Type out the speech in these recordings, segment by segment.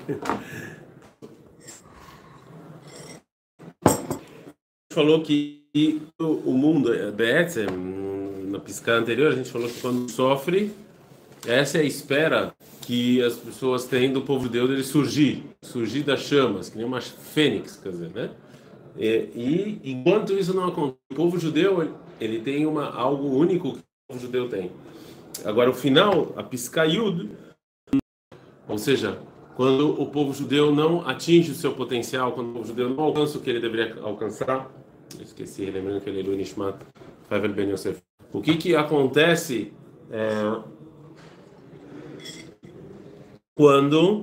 Falou que o mundo, na piscada anterior, a gente falou que quando sofre, essa é a espera que as pessoas têm do povo de Deus ele surgir das chamas, que nem uma fênix, quer dizer, né? E enquanto isso não acontece, o povo judeu ele tem algo único que o povo judeu tem. Agora, o final, a pisca Yud, ou seja, quando o povo judeu não atinge o seu potencial, quando o povo judeu não alcança o que ele deveria alcançar, esqueci, lembrando que ele é Lu Nishmat Favel Ben Yosef. O que acontece quando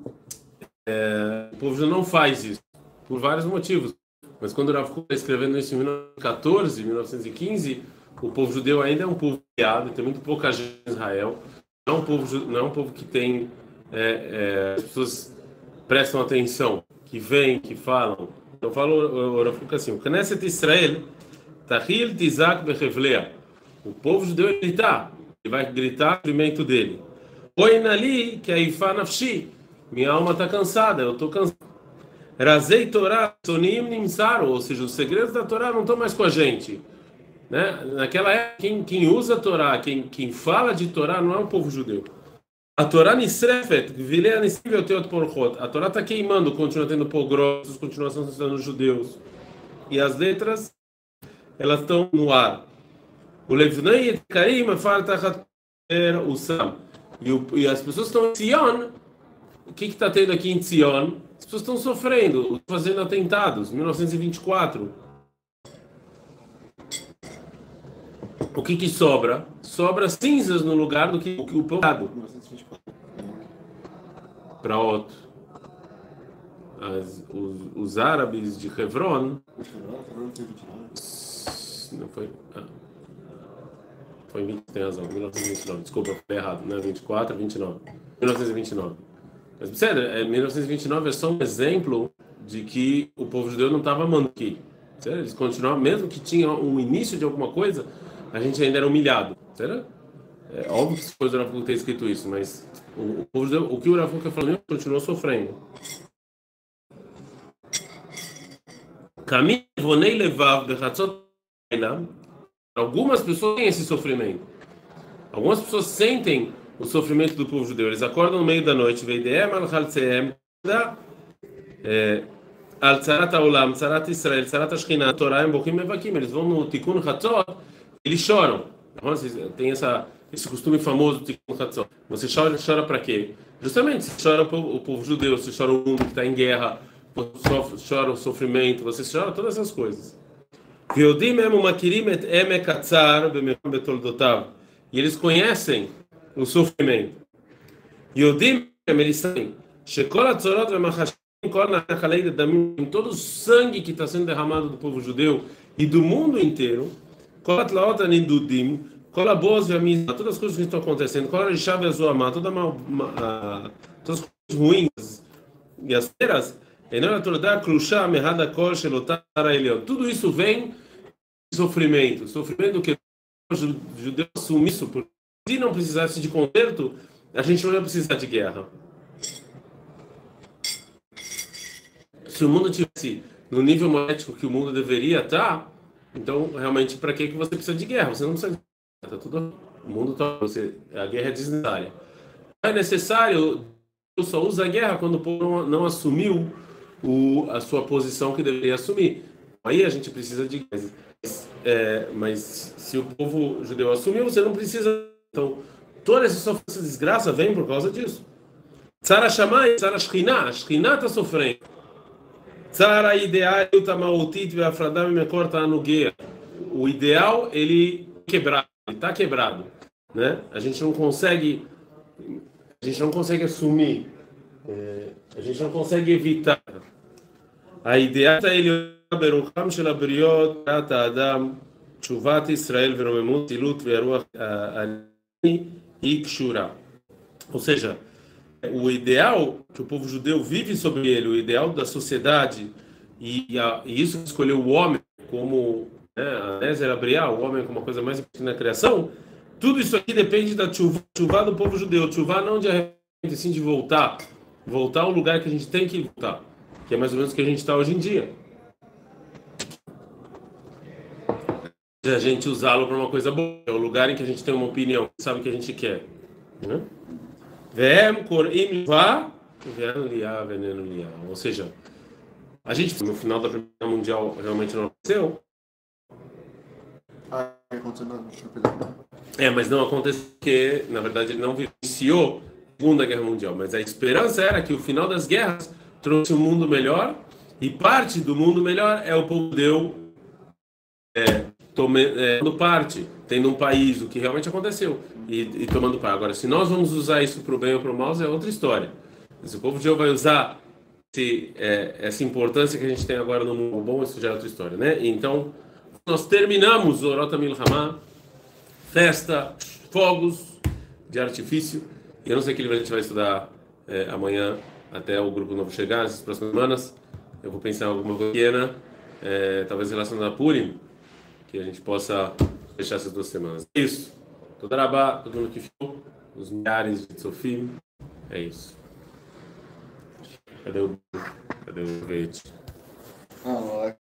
o povo judeu não faz isso? Por vários motivos. Mas quando o Rav Kuk está escrevendo isso em 1914, 1915, o povo judeu ainda é um povo criado, tem muito pouca gente em Israel. Não é um povo que tem as pessoas prestam atenção, que vêm, que falam. Então fala o Rav Kuk assim: o Knesset Israel Tahil Tizak Bechevlea. O povo judeu ele vai gritar o sofrimento dele. Oi nali que aifa nafshi. Minha alma está cansada, eu estou cansado. Razei Torá Sonim Nimsaru, ou seja, os segredos da Torá não estão mais com a gente, né? Naquela época, quem usa a Torá, quem fala de Torá não é o povo judeu. A Torá Nisrefet, Vilea Nisrefet Teot Porchot. A Torá está queimando, continua tendo pogromos, continua assassinando os judeus. E as letras, elas estão no ar. O Levnei et Karim Fartachat Usam. E as pessoas estão em Sion. O que está tendo aqui em Sion? As pessoas estão sofrendo, fazendo atentados. 1924. O que sobra? Sobra cinzas no lugar do que o povoado. Para outro. Os árabes de Hebron. Não foi. Foi 20, tem razão. 1929. Desculpa, eu falei errado. Não é 24, 29. 1929. Mas, sério, 1929 é só um exemplo de que o povo judeu não estava mandando aqui. Sério? Eles continuavam, mesmo que tinha um início de alguma coisa, a gente ainda era humilhado. Sério? É óbvio que depois do Rav Kuk ter escrito isso, mas o povo judeu, o que o Rav Kuk falou, continuou sofrendo. Caminho, vonei levar, algumas pessoas têm esse sofrimento. Algumas pessoas sentem o sofrimento do povo judeu. Eles acordam no meio da noite, eles vão no Tikkun Hatzot, eles choram. Tem esse costume famoso do Tikkun Hatzot. Você chora para quê? Justamente, você chora o povo judeu, você chora o mundo que está em guerra, você chora o sofrimento, você chora todas essas coisas. E eles conhecem o sofrimento. Yodim, eles sabem, todo o sangue que está sendo derramado do povo judeu e do mundo inteiro, todas as coisas que estão acontecendo, todas as coisas ruins e as feiras, tudo isso vem de sofrimento. Sofrimento que o judeu assume isso, porque se não precisasse de conserto, a gente não ia precisar de guerra. Se o mundo tivesse no nível ético que o mundo deveria estar, então realmente para que você precisa de guerra? Você não precisa de guerra, tá tudo, o mundo tá, a guerra é desnecessária. É necessário, só usa a guerra quando o povo não assumiu a sua posição que deveria assumir. Aí a gente precisa de guerra. Mas se o povo judeu assumiu, você não precisa. Então, toda essa desgraça vem por causa disso. Tzara Shammai, Tzara Shekhinah. A Shekhinah está sofrendo. Tzara ideal, Tamautit, Veafradam, Mekor, Tanugueia. O ideal, ele está quebrado. Né? A gente não consegue assumir. A gente não consegue evitar. A ideia é ele. ברוחם של הבריות, תת האדם, תשובת ישראל ורוממות צילות והרוח אני היא קשורה. Ou seja, o ideal que o povo judeu vive sobre ele, o ideal da sociedade, e isso escolheu o homem como, a Nézer Abriá, o homem como uma coisa mais importante na criação, tudo isso aqui depende da chuva do povo judeu. Chuva não de arrependimento, sim de voltar voltar ao lugar que a gente tem que voltar, que é mais ou menos o que a gente está hoje em dia. E a gente usá-lo para uma coisa boa, é o lugar em que a gente tem uma opinião, sabe o que a gente quer. Né? Ou seja, a gente no final da Primeira Guerra Mundial realmente não aconteceu. Aconteceu na Mas não aconteceu porque, na verdade, ele não vivenciou a Segunda Guerra Mundial. Mas a esperança era que o final das guerras trouxe um mundo melhor, e parte do mundo melhor é o povo judeu tomando parte, tendo um país, o que realmente aconteceu, e tomando parte. Agora, se nós vamos usar isso para o bem ou para o mal, é outra história. Se o povo judeu vai usar essa importância que a gente tem agora no mundo bom, isso já é outra história, né? Então, nós terminamos o Orot HaMilchama, festa, fogos de artifício, e eu não sei que livro a gente vai estudar amanhã, até o grupo novo chegar, nas próximas semanas. Eu vou pensar em alguma coisa pequena, talvez relacionada a Purim, que a gente possa fechar essas 2 semanas. É isso. Toda rabá, todo mundo que ficou, os milhares de Sofim, é isso. Cadê o verde?